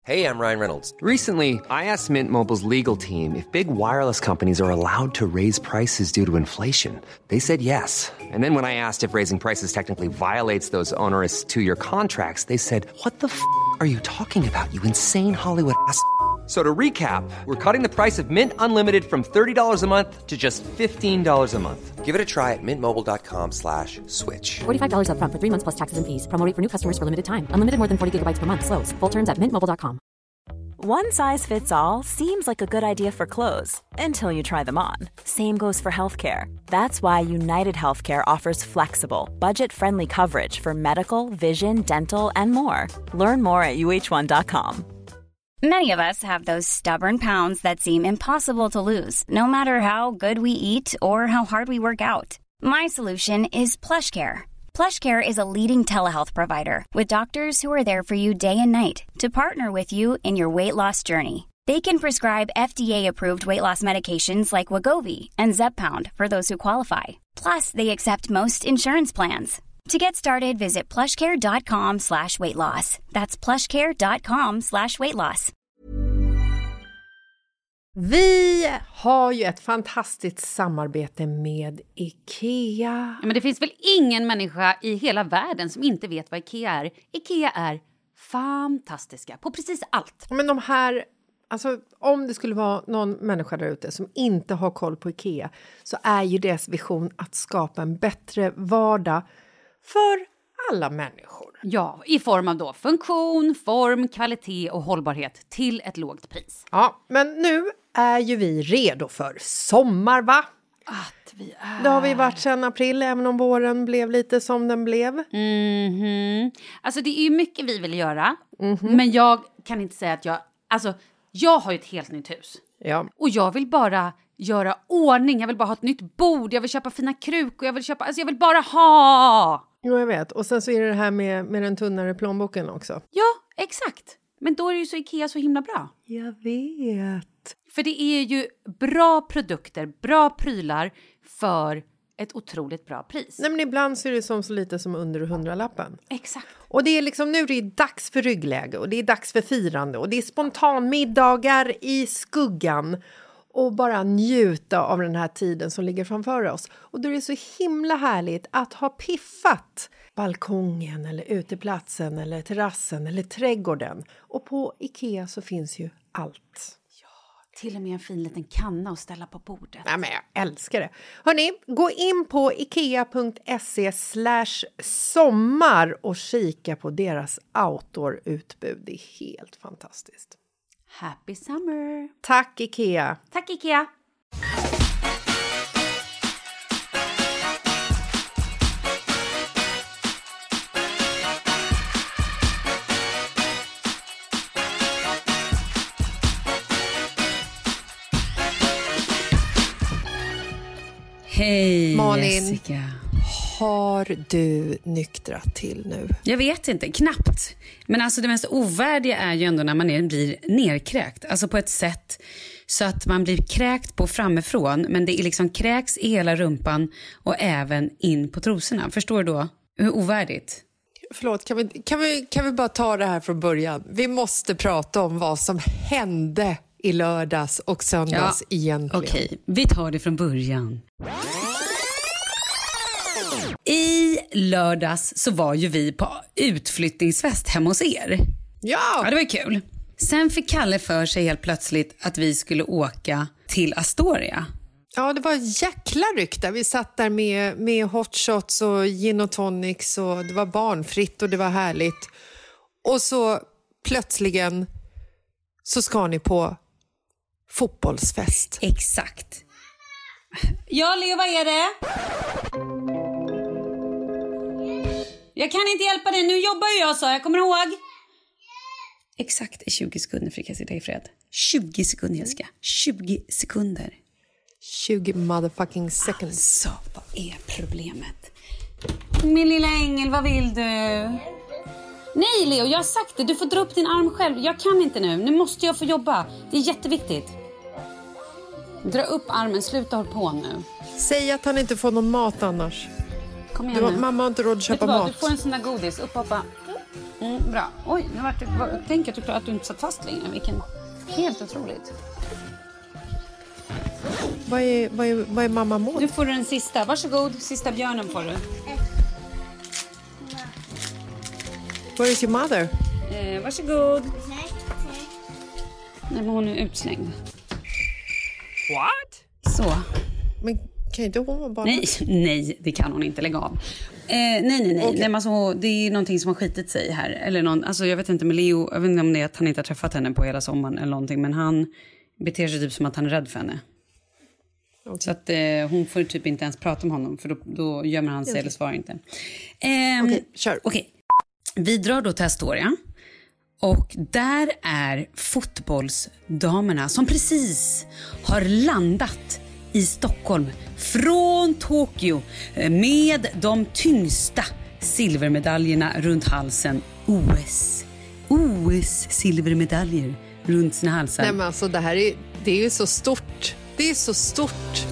Hey, I'm Ryan Reynolds. Recently, I asked Mint Mobile's legal team if big wireless companies are allowed to raise prices due to inflation. They said yes. And then when I asked if raising prices technically violates those onerous two-year contracts, they said, "What the f*** are you talking about, you insane Hollywood ass?" So to recap, we're cutting the price of Mint Unlimited from $30 a month to just $15 a month. Give it a try at mintmobile.com/switch. $45 up front for 3 months plus taxes and fees. Promo rate for new customers for limited time. Unlimited more than 40 gigabytes per month. Slows full terms at mintmobile.com. One size fits all seems like a good idea for clothes until you try them on. Same goes for healthcare. That's why United Healthcare offers flexible, budget-friendly coverage for medical, vision, dental, and more. Learn more at uh1.com. Many of us have those stubborn pounds that seem impossible to lose, no matter how good we eat or how hard we work out. My solution is PlushCare. PlushCare is a leading telehealth provider with doctors who are there for you day and night to partner with you in your weight loss journey. They can prescribe FDA-approved weight loss medications like Wegovy and Zepbound for those who qualify. Plus, they accept most insurance plans. To get started, visit plushcare.com/weightloss. That's plushcare.com/weightloss. Vi har ju ett fantastiskt samarbete med IKEA. Ja, men det finns väl ingen människa i hela världen som inte vet vad IKEA är. IKEA är fantastiska på precis allt. Men de här, alltså om det skulle vara någon människa där ute som inte har koll på IKEA, så är ju deras vision att skapa en bättre vardag för alla människor. Ja, i form av då funktion, form, kvalitet och hållbarhet till ett lågt pris. Ja, men nu är ju vi redo för sommar, va? Att vi är... Det har vi varit sedan april, även om våren blev lite som den blev. Alltså det är ju mycket vi vill göra. Men jag kan inte säga att jag har ju ett helt nytt hus. Ja. Och jag vill bara göra ordning. Jag vill bara ha ett nytt bord. Jag vill köpa fina krukor. Jag vill bara ha... Jo, jag vet. Och sen så är det här med den tunnare plånboken också. Ja, exakt. Men då är ju så IKEA så himla bra. Jag vet. För det är ju bra produkter, bra prylar för ett otroligt bra pris. Nej, men ibland så är det som så lite som under 100-lappen. Exakt. Och det är liksom, nu är det dags för ryggläge och det är dags för firande och det är spontanmiddagar i skuggan. Och bara njuta av den här tiden som ligger framför oss. Och då är det så himla härligt att ha piffat balkongen eller uteplatsen eller terrassen eller trädgården. Och på IKEA så finns ju allt. Ja, till och med en fin liten kanna att ställa på bordet. Ja, men jag älskar det. Hörrni, gå in på ikea.se/sommar och kika på deras outdoor-utbud. Det är helt fantastiskt. Happy summer! Tack IKEA! Tack IKEA! Hej Malin, Jessica. Har du nyktrat till nu? Jag vet inte, knappt. Men alltså det mest ovärdiga är ju ändå när man blir nerkräkt. Alltså på ett sätt så att man blir kräkt på framifrån. Men det är liksom kräks i hela rumpan och även in på trosorna. Förstår du då hur ovärdigt? Förlåt, kan vi bara ta det här från början? Vi måste prata om vad som hände i lördags och söndags egentligen. Okej, vi tar det från början. I lördags så var ju vi på utflyttningsfest hemma hos er. Ja, det var ju kul. Sen fick Kalle för sig helt plötsligt att vi skulle åka till Astoria. Ja, det var jäkla rykte. Vi satt där med hot shots och gin och tonics och det var barnfritt och det var härligt. Och så plötsligen så ska ni på fotbollsfest. Exakt. Ja, Leo, vad är det? Jag kan inte hjälpa dig, nu jobbar jag så, jag kommer ihåg. Exakt i 20 sekunder fick jag sitta i fred. 20 sekunder, Jessica. 20 sekunder. 20 motherfucking seconds. Så, vad är problemet? Min lilla ängel, vad vill du? Nej, Leo, jag har sagt det. Du får dra upp din arm själv. Jag kan inte nu. Nu måste jag få jobba. Det är jätteviktigt. Dra upp armen. Sluta hålla på nu. Säg att han inte får någon mat annars. Kom igen nu. Mamma har inte råd att köpa mat. Du får en sån där godis. Upp, hoppa. Bra. Oj, nu vart det... Tänk att du inte satt fast längre. Vilken... Helt otroligt. Vad är mamma Maud? Nu får du den sista. Varsågod. Sista björnen får du. Where is your mother? Varsågod. Nej, men hon är utslängd. What? Så. Men kan inte hon vara barn? Nej, det kan hon inte lägga av. Nej. Okay. Nej, men alltså, det är någonting som har skitit sig här. Eller någon, alltså, jag vet inte med Leo, jag vet inte om det är att han inte har träffat henne på hela sommaren eller någonting. Men han beter sig typ som att han är rädd för henne. Okay. Så att hon får typ inte ens prata med honom. För då gömmer han sig eller svarar inte. Okej, kör. Okej. Vi drar då till Astoria. Och där är fotbollsdamerna som precis har landat i Stockholm från Tokyo med de tyngsta silvermedaljerna runt halsen. OS silvermedaljer runt sina halsar. Nej, men alltså det är ju så stort. Det är så stort.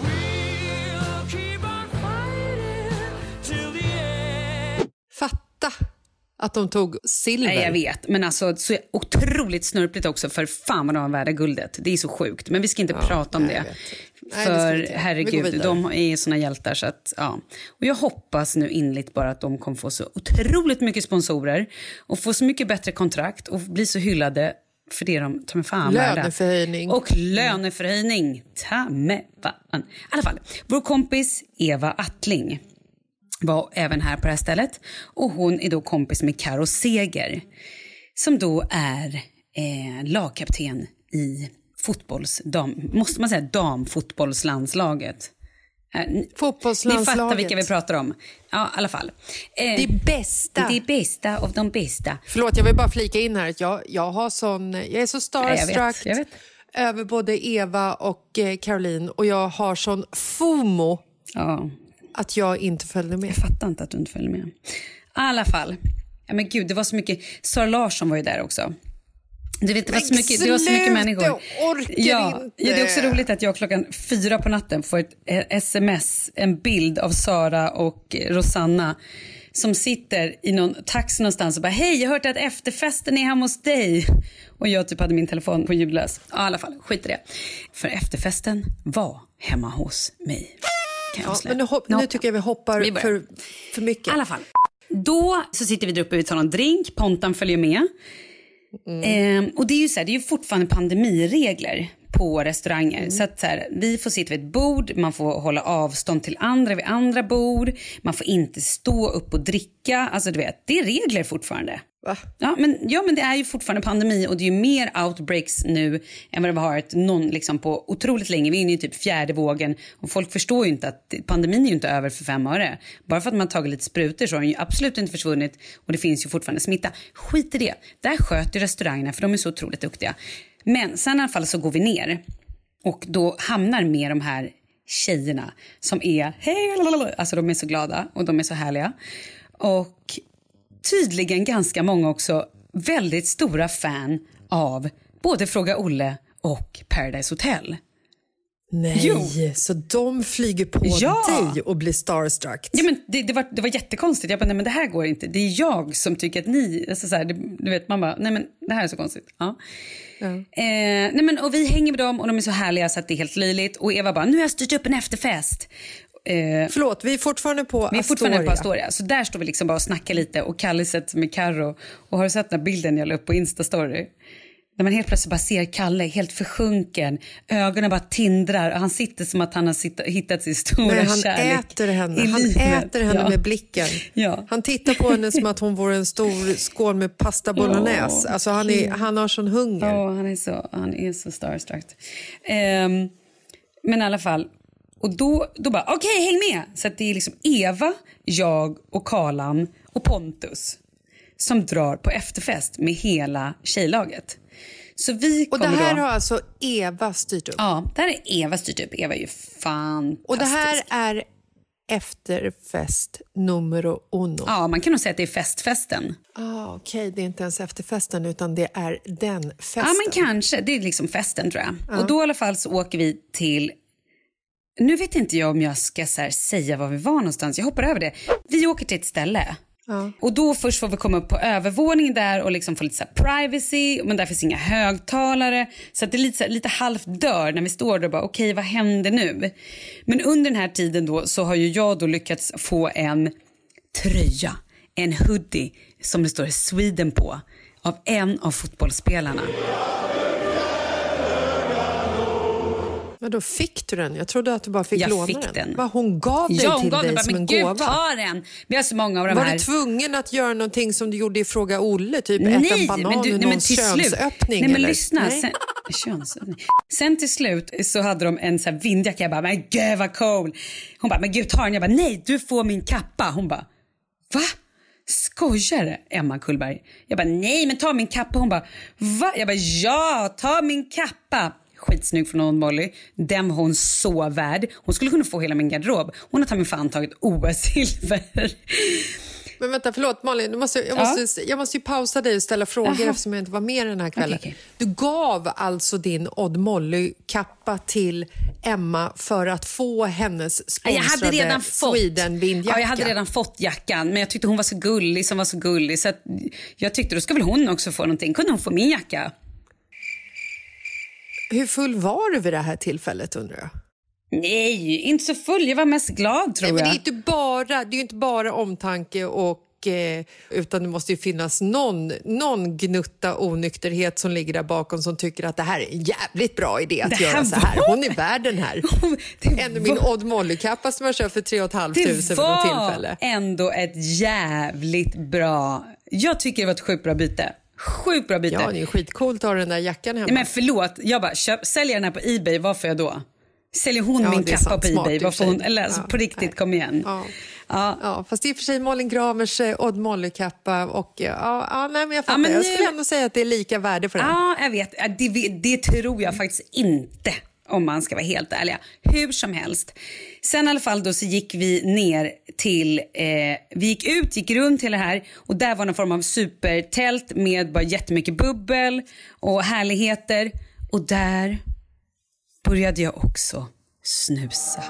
Fatta att de tog silver. Nej, jag vet. Men alltså så otroligt snurpligt också. För fan vad de var värda guldet. Det är så sjukt. Men vi ska inte prata om det. För herregud, de är såna hjältar. Så att, ja. Och jag hoppas nu inligt bara att de kommer få så otroligt mycket sponsorer. Och få så mycket bättre kontrakt. Och bli så hyllade för det de tar med fan löneförhöjning. Värda. Och löneförhöjning. Ta med fan. I alla fall, vår kompis Eva Attling var även här på det här stället. Och hon är då kompis med Karo Seger. Som då är lagkapten i måste man säga damfotbollslandslaget. Fotbollslandslaget. Ni fattar vilka vi pratar om. Ja, i alla fall. Det bästa. Det bästa av de bästa. Förlåt, jag vill bara flika in här att jag är så starstruck jag vet. över både Eva och Caroline. Och jag har sån FOMO att jag inte följde med. Jag fattar inte att du inte följde med. I alla fall. Ja, men gud, det var så mycket. Sara Larsson var ju där också. Du vet, det var så mycket människor. Jag orkar inte. Ja, det är också roligt att jag 4:00 på natten får ett sms, en bild av Sara och Rosanna som sitter i någon taxi någonstans och bara, hej, jag har hört att efterfesten är hemma hos dig. Och jag typ hade min telefon på ljudlös. Ja, i alla fall, skit i det. För efterfesten var hemma hos mig. Men nu tycker jag vi hoppar för mycket. I alla fall. Då så sitter vi där uppe och tar någon drink. Pontan följer med. Och det är ju så här, det är ju fortfarande pandemiregler på restauranger. Så att så här, vi får sitta vid ett bord, man får hålla avstånd till andra vid andra bord, man får inte stå upp och dricka. Alltså du vet, det är regler fortfarande. Va? Ja, men det är ju fortfarande pandemi och det är ju mer outbreaks nu än vad det har varit liksom på otroligt länge. Vi är inne i typ 4:e vågen och folk förstår ju inte att pandemin är ju inte över för 5 öre. Bara för att man tagit lite sprutor så har den ju absolut inte försvunnit och det finns ju fortfarande smitta. Skit i det. Där sköter restaurangerna för de är så otroligt duktiga. Men sen i alla fall så går vi ner och då hamnar med de här tjejerna som är alltså de är så glada och de är så härliga. Och tydligen ganska många också väldigt stora fan av både Fråga Olle och Paradise Hotel. Nej, så de flyger på dig och blir starstruck. Ja, men det var jättekonstigt. Jag bara, nej men det här går inte. Det är jag som tycker att ni, alltså så här, du vet, man bara, nej men det här är så konstigt. Ja. Nej men och vi hänger med dem och de är så härliga så att det är helt löjligt. Och Eva bara, nu har jag styrt upp en efterfest. Förlåt, vi är fortfarande på Astoria. Så där står vi liksom bara och snackar lite. Och Kalle sätter med Karo. Och har du sett den bilden jag la upp på Insta-story? När man helt plötsligt bara ser Kalle helt försjunken. Ögonen bara tindrar. Och han sitter som att han har hittat sin stora kärlek. Han äter henne med blicken. Ja. Han tittar på henne som att hon vore en stor skål med pasta bolognese. Alltså han har sån hunger. Ja, han är så starstruck. Men i alla fall. Och då bara, okej, häng med. Så att det är liksom Eva, jag och Karlan och Pontus som drar på efterfest med hela tjejlaget. Så vi kommer och det här har alltså Eva styrt upp? Ja, det här är Eva styrt upp. Eva är ju fantastisk. Och det här är efterfest numero uno? Ja, man kan nog säga att det är festfesten. Okej, det är inte ens efterfesten utan det är den festen. Ja, men kanske. Det är liksom festen tror jag. Ja. Och då i alla fall så åker vi till... Nu vet inte jag om jag ska så här säga var vi var någonstans. Jag hoppar över det. Vi åker till ett ställe Ja. Och då först får vi komma upp på övervåningen där och liksom få lite så här privacy, men där finns inga högtalare, så att det är lite halvt dör när vi står där och bara okej, vad händer nu? Men under den här tiden då så har ju jag då lyckats få en tröja, en hoodie som det står Sweden på, av en av fotbollsspelarna. Men då fick du den? Jag trodde att du bara fick låna den. den. Vad hon gav dig till dig som en gåva? Ta den! Vi har så många av de var här. Du tvungen att göra någonting som du gjorde i Fråga Olle? Typ äta en banan och någon könsöppning? Nej, men lyssna. Sen till slut så hade de en så här vindjacka. Jag bara, men gud vad cool. Hon bara, men gud ta den. Jag bara, nej, du får min kappa. Hon bara, va? Skojar Emma Kullberg? Jag bara, nej, men ta min kappa. Hon bara, va? Jag bara, ja, ta min kappa. Skitsnygg från Odd Molly. Den var hon så värd. Hon skulle kunna få hela min garderob. Hon har tagit fan tagit OS-silver. Men vänta, förlåt Malin. Jag måste ju pausa dig och ställa frågor eftersom jag inte var med den här kvällen. Okay. Du gav alltså din Odd Molly-kappa till Emma för att få hennes sponsrade Sweden-vindjacka. Ja, jag hade redan fått jackan, men jag tyckte hon var så gullig, så att jag tyckte då ska väl hon också få någonting. Kunde hon få min jacka? Hur full var du vid det här tillfället, undrar jag? Nej, inte så full. Jag var mest glad, tror jag. Men det är ju inte bara omtanke utan det måste ju finnas någon gnutta onykterhet som ligger där bakom som tycker att det här är en jävligt bra idé att göra så här. Hon är värd den här. Ändå min Odd Molly-kappa som jag köpt för 3 500 vid något tillfälle. Det var ändå ett jävligt bra... Jag tycker det var ett sjukt bra byte. Sjukt bra byte. Ja, det är skitcoolt att ha den där jackan hemma. Nej, men förlåt, jag bara säljer den här på eBay, vad får jag då? Säljer hon min kappa på eBay? Vad får hon? Eller alltså, på riktigt, kom igen. Ja, fast det är för sig Malin Gramers Odd Molly-kappa och nej, men jag fattar. Men jag skulle ändå säga att det är lika värde för den. Ja, jag vet. Det tror jag faktiskt inte, om man ska vara helt ärliga. Hur som helst. Sen i alla fall då så gick vi ner till, vi gick runt till det här och där var någon form av supertält med bara jättemycket bubbel och härligheter. Och där började jag också snusa.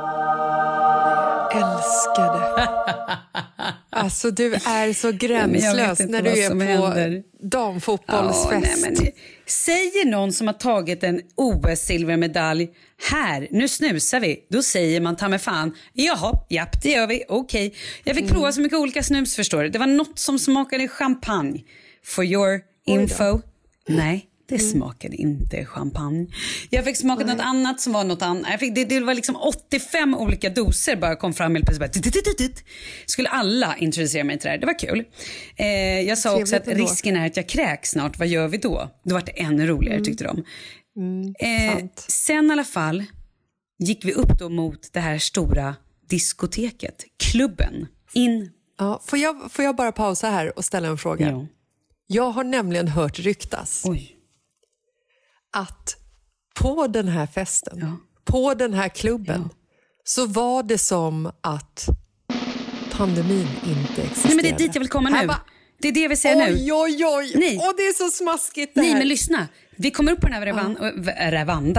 Älskade. Alltså du är så gränslös när du är på damfotbollsfest. Säger någon som har tagit en OS-silvermedalj här, nu snusar vi, då säger man ta med fan, jaha, japp, det gör vi, okej. Jag fick prova så mycket olika snus, förstår du. Det var något som smakade champagne. For your info. Nej, det smakade inte champagne. Jag fick smaka något annat som var något annat. Det var liksom 85 olika doser bara kom fram helt plötsligt. Skulle alla introducera mig till det här. Det var kul. Jag sa också att risken är att jag kräks snart. Vad gör vi då? Då var det ännu roligare, tyckte de. Sen i alla fall gick vi upp då mot det här stora diskoteket. Klubben. Ja, får jag bara pausa här och ställa en fråga? Ja. Jag har nämligen hört ryktas. Oj. Att på den här festen, på den här klubben, så var det som att pandemin inte existerade. Nej, men det är dit jag vill komma nu. Det är det vi säger nu. Oj. Nej. Det är så smaskigt det här. Nej, men lyssna. Vi kommer upp på den här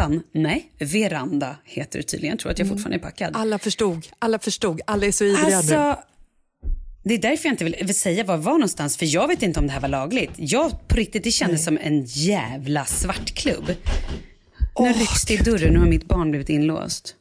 veranda heter det tydligen. Jag tror att jag fortfarande är packad. Alla förstod. Alla är så ivriga nu. Det är därför jag inte vill säga var någonstans. För jag vet inte om det här var lagligt. På riktigt, det kändes som en jävla svartklubb. Nu rycks det i dörren. Nu har mitt barn blivit inlåst.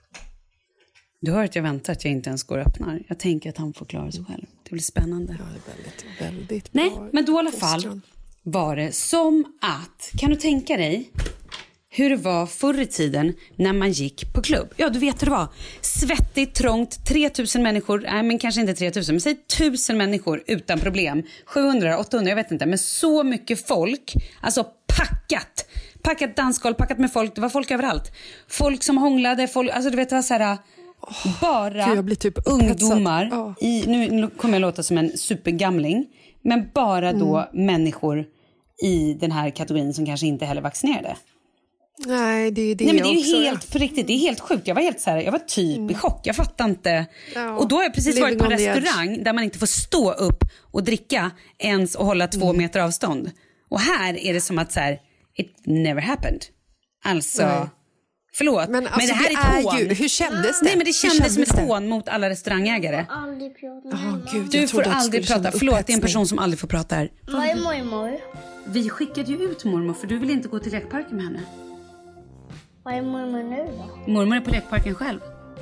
Du hör att jag väntar att jag inte ens går och öppnar. Jag tänker att han får klara sig själv. Det blir spännande. Ja, det är väldigt Nej, bra. men då i alla fall var det som att... Kan du tänka dig hur det var förr i tiden när man gick på klubb? Ja, du vet hur det var. Svettigt, trångt, 3000 människor. Nej, men kanske inte 3000, men säg 1000 människor utan problem. 700, 800, jag vet inte. Men så mycket folk. Alltså packat. Packat dansgolv, packat med folk. Det var folk överallt. Folk som hånglade. Alltså du vet, det var så här... bara typ ungdomar. Nu kommer jag låta som en supergamling. Men bara då människor i den här kategorin som kanske inte heller vaccinerade. Nej, det är det. Nej, men det är ju helt för riktigt, det är helt sjukt. Jag var helt så här, jag var typ i chock. Jag fattar inte. Ja, och då har jag precis varit på en restaurang där man inte får stå upp och dricka ens och hålla 2 meter avstånd. Och här är det som att så här, it never happened. Alltså Förlåt, Men alltså, det här är ett hån. hur kändes det? Nej, men det kändes som ett hån mot alla restaurangägare. Gud, Du får aldrig prata. Förlåt, det är en person som aldrig får prata här. Vad är mormor? Vi skickade ju ut mormor för du vill inte gå till lekparken med henne. Vad är mormor nu då? Mormor är på lekparken själv.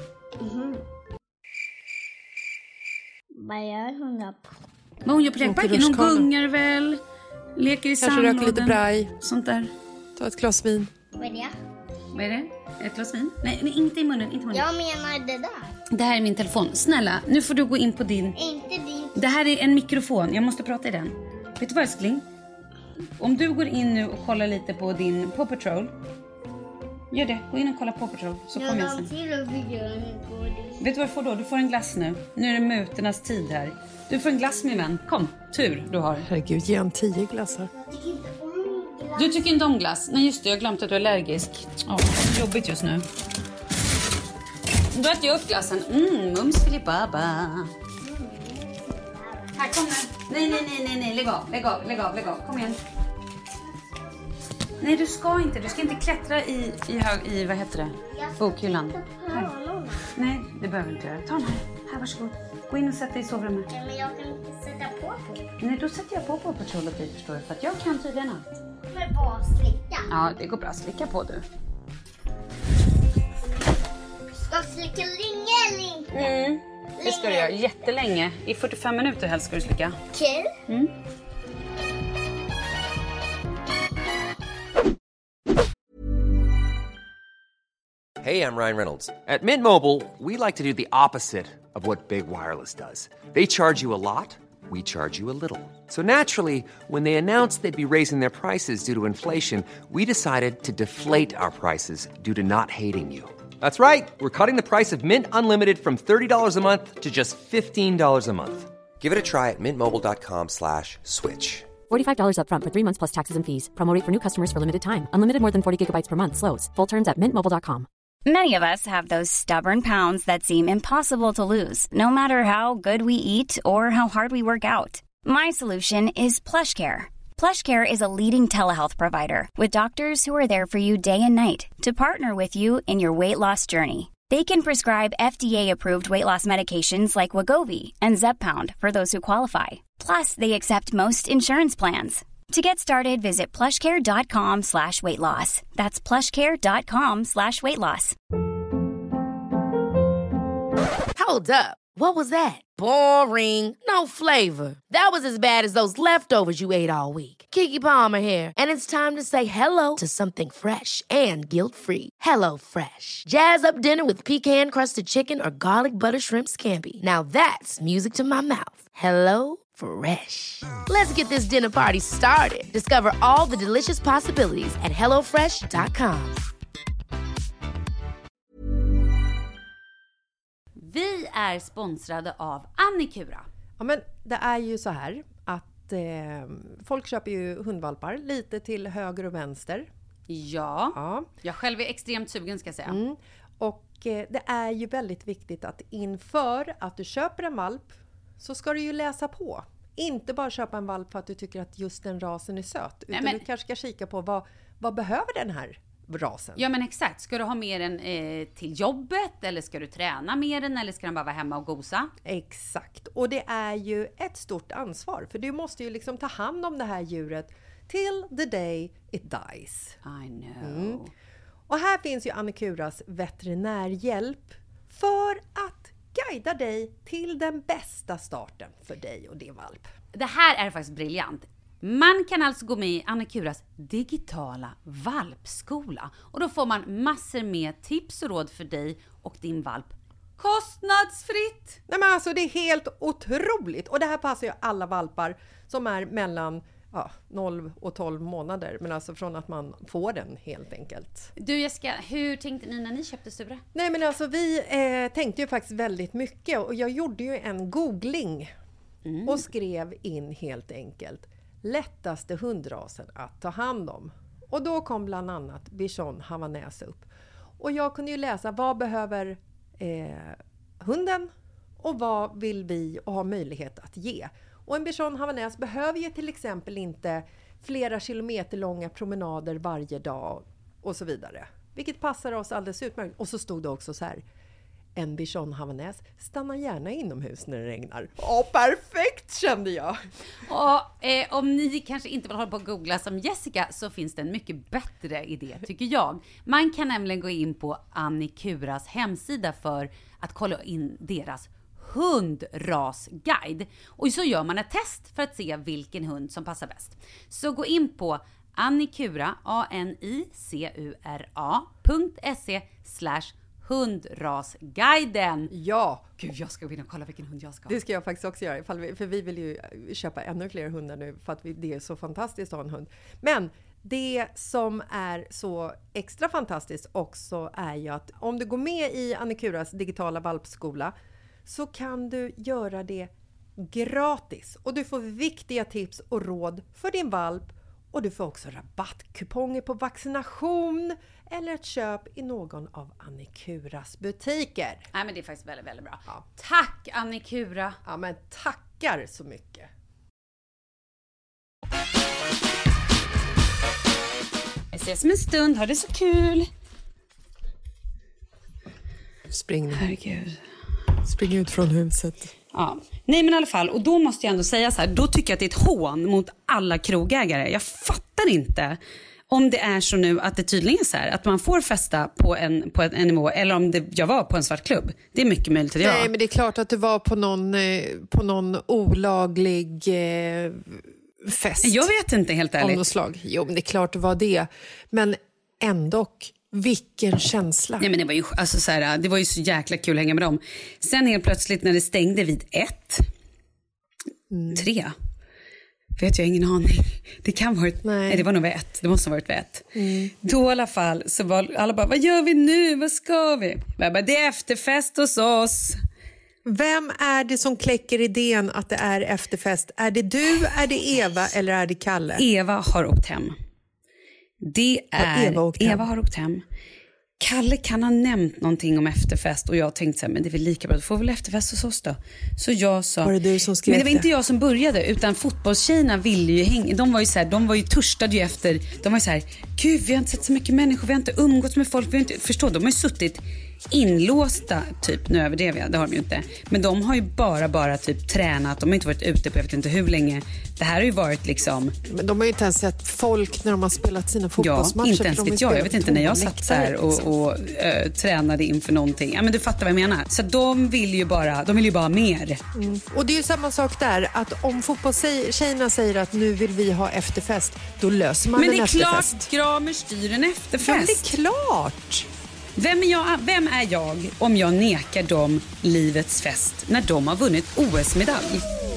Vad gör hon då? Vad hon gör på lekparken? Hon gungar väl. Leker i Kanske röker lite sandlåden. braj. Sånt där. Ta ett glas vin. Vad är det? Vad är det? Ett glas vin? Nej, inte i munnen. Inte i munnen. Jag menar det där. Det här är min telefon. Snälla, nu får du gå in på din... Inte din. Det här är en mikrofon. Jag måste prata i den. Vet du vad, älskling? Om du går in nu och kollar lite på din Paw Patrol. Gör det. Gå in och kolla Paw Patrol. Så kommer jag sen. Vet du vad du får då? Du får en glass nu. Nu är det muternas tid här. Du får en glass, min vän. Kom, tur du har. Herregud, ge en 10 glassar. Du tycker inte om glass? Nej, just det. Jag har glömt att du är allergisk. Jobbigt just nu. Då äter jag upp glassen. Mums filibaba. Här, kom nu. Nej. Lägg av. Kom igen. Nej, du ska inte klättra i vad heter det? Bokhyllan. Nej, det behöver du inte göra. Ta den här. Här, varsågod. Gå in och sätt dig i sovrummet. Ja, men jag kan inte sätta på. Nej, då sätter jag på Patrol åt dig, förstår du. För att jag kan tydligen allt. Men bara slicka. Ja, det går bra. Slicka på du. Ska jag slicka länge eller inte? Det ska du göra jättelänge. I 45 minuter helst ska du slicka. Okej. Hey, I'm Ryan Reynolds. At Mint Mobile, we like to do the opposite of what Big Wireless does. They charge you a lot, we charge you a little. So naturally, when they announced they'd be raising their prices due to inflation, we decided to deflate our prices due to not hating you. That's right. We're cutting the price of Mint Unlimited from $30 a month to just $15 a month. Give it a try at mintmobile.com/switch. $45 up front for 3 months plus taxes and fees. Promo rate for new customers for limited time. Unlimited more than 40 gigabytes per month slows. Full terms at mintmobile.com. Many of us have those stubborn pounds that seem impossible to lose, no matter how good we eat or how hard we work out. My solution is PlushCare. PlushCare is a leading telehealth provider with doctors who are there for you day and night to partner with you in your weight loss journey. They can prescribe FDA-approved weight loss medications like Wegovy and Zepbound for those who qualify. Plus, they accept most insurance plans. To get started, visit plushcare.com/weightloss. That's plushcare.com/weightloss. Hold up. What was that? Boring. No flavor. That was as bad as those leftovers you ate all week. Keke Palmer here, and it's time to say hello to something fresh and guilt-free. Hello Fresh. Jazz up dinner with pecan-crusted chicken or garlic butter shrimp scampi. Now that's music to my mouth. Hello Fresh. Let's get this dinner party started. Discover all the delicious possibilities at hellofresh.com. Vi är sponsrade av Annikura. Ja, men det är ju så här att folk köper ju hundvalpar lite till höger och vänster. Ja. Jag själv är extremt sugen, ska jag säga. Och det är ju väldigt viktigt att inför att du köper en valp så ska du ju läsa på. Inte bara köpa en valp för att du tycker att just den rasen är söt. Utan du kanske ska kika på vad behöver den här rasen. Ja, men exakt. Ska du ha med den till jobbet? Eller ska du träna med den? Eller ska den bara vara hemma och gosa? Exakt. Och det är ju ett stort ansvar. För du måste ju liksom ta hand om det här djuret till the day it dies. I know. Och här finns ju Annikuras veterinärhjälp för att guida dig till den bästa starten för dig och din valp. Det här är faktiskt briljant. Man kan alltså gå med i Annikuras digitala valpskola. Och då får man massor med tips och råd för dig och din valp. Kostnadsfritt! Nej, men alltså det är helt otroligt. Och det här passar ju alla valpar som är mellan 0 och 12 månader. Men alltså från att man får den helt enkelt. Du Jessica, hur tänkte ni när ni köpte Sura? Nej, men alltså vi tänkte ju faktiskt väldigt mycket. Och jag gjorde ju en googling. Och skrev in helt enkelt lättaste hundrasen att ta hand om. Och då kom bland annat Bichon Havanäs upp. Och jag kunde ju läsa vad behöver hunden och vad vill vi och ha möjlighet att ge. Och en Bichon Havanäs behöver ju till exempel inte flera kilometer långa promenader varje dag och så vidare. vilket passar oss alldeles utmärkt. Och så stod det också så här: en bichon havanäs stannar gärna inomhus när det regnar. Perfekt, kände jag. Och om ni kanske inte vill hålla på att googla som Jessica, så finns det en mycket bättre idé, tycker jag. Man kan nämligen gå in på Annikuras hemsida för att kolla in deras hundrasguide. Och så gör man ett test för att se vilken hund som passar bäst. Så gå in på Annikura, anicura.se/hundrasguiden. Ja. Gud, jag ska gå in och kolla vilken hund jag ska ha. Det ska jag faktiskt också göra. För vi vill ju köpa ännu fler hundar nu. För att det är så fantastiskt att ha en hund. Men det som är så extra fantastiskt också är ju att om du går med i Annikuras digitala valpskola, så kan du göra det gratis. Och du får viktiga tips och råd för din valp. Och du får också rabattkuponger på vaccination eller ett köp i någon av Annikuras butiker. Nej, men det är faktiskt väldigt, väldigt bra. Ja. Tack Annikura. Ja, men tackar så mycket. Vi ses om en stund, ha det så kul. Spring nu. Herregud. Spring ut från huset. Ja. Nej, men i alla fall, och då måste jag ändå säga så här, då tycker jag att det är ett hån mot alla krogägare. Jag fattar inte om det är så nu att det tydligen är så här, att man får festa på en nivå, eller om jag var på en svart klubb. Det är mycket möjligt att jag. Nej, men det är klart att du var på någon olaglig fest. Jag vet inte, helt ärligt. Av något slag. Jo, men det är klart det var det. Men ändå, vilken känsla. Nej, men det var ju alltså så här, det var ju så jäkla kul att hänga med dem. Sen helt plötsligt när det stängde vid 3, vet jag ingen aning. Det kan varit, nej det var nog vid 1. Det måste ha varit vid 1. Då i alla fall så var alla bara, vad gör vi nu? Vad ska vi? Jag bara, det är efterfest hos oss. Vem är det som kläcker idén att det är efterfest? Är det du, är det Eva eller är det Kalle? Eva har åkt hem. Det är Eva har åkt hem. Kalle kan ha nämnt någonting om efterfest och jag tänkte så här, men det är väl lika bra, du får väl efterfest hos oss då. Så jag sa, var det du som skrev? Men det var inte jag som började, utan fotbollstjejerna ville ju hänga. De var ju så här, de var ju törstade ju efter. De var ju så här, gud, vi har inte sett så mycket människor, vi har inte umgåtts med folk, vi har inte, förstå, de har ju suttit inlåsta typ, nu över det har de ju inte. Men de har ju bara typ tränat, de har inte varit ute på jag vet inte hur länge. Det här har ju varit liksom. Men de har ju inte ens sett folk när de har spelat sina fotbollsmatcher. Ja, inte ens vet jag vet inte när jag satt så här och tränade inför någonting. Ja, men du fattar vad jag menar. Så de vill ju bara mer. Och det är ju samma sak där, att om fotbollstjejerna säger att nu vill vi ha efterfest, då löser man en efterfest. Men det är klart Gramer styr en efterfest. Ja, men det är klart. Vem är jag om jag nekar dem livets fest när de har vunnit OS-medalj?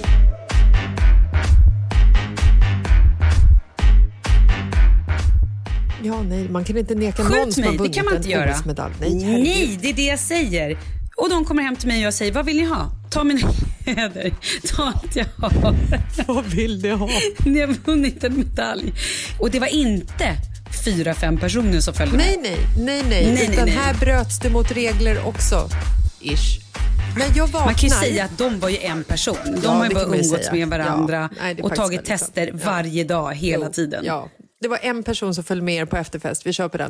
Ja, nej, man kan inte neka någon som har vunnit det kan man inte göra. OS-medalj. Nej, det är det jag säger. Och de kommer hem till mig och jag säger, vad vill ni ha? Ta min kläder. Ta allt jag har. Vad vill ni ha? Ni har vunnit en medalj. Och det var inte 4-5 personer som följde med. Nej. Utan här bröts det mot regler också. Ish. Men jag vaknar. Man kan ju säga att de var ju en person. De har ju bara umgåtts med varandra och tagit tester varje dag, hela tiden. Ja, det var en person som följde med er på efterfest. Vi kör på den.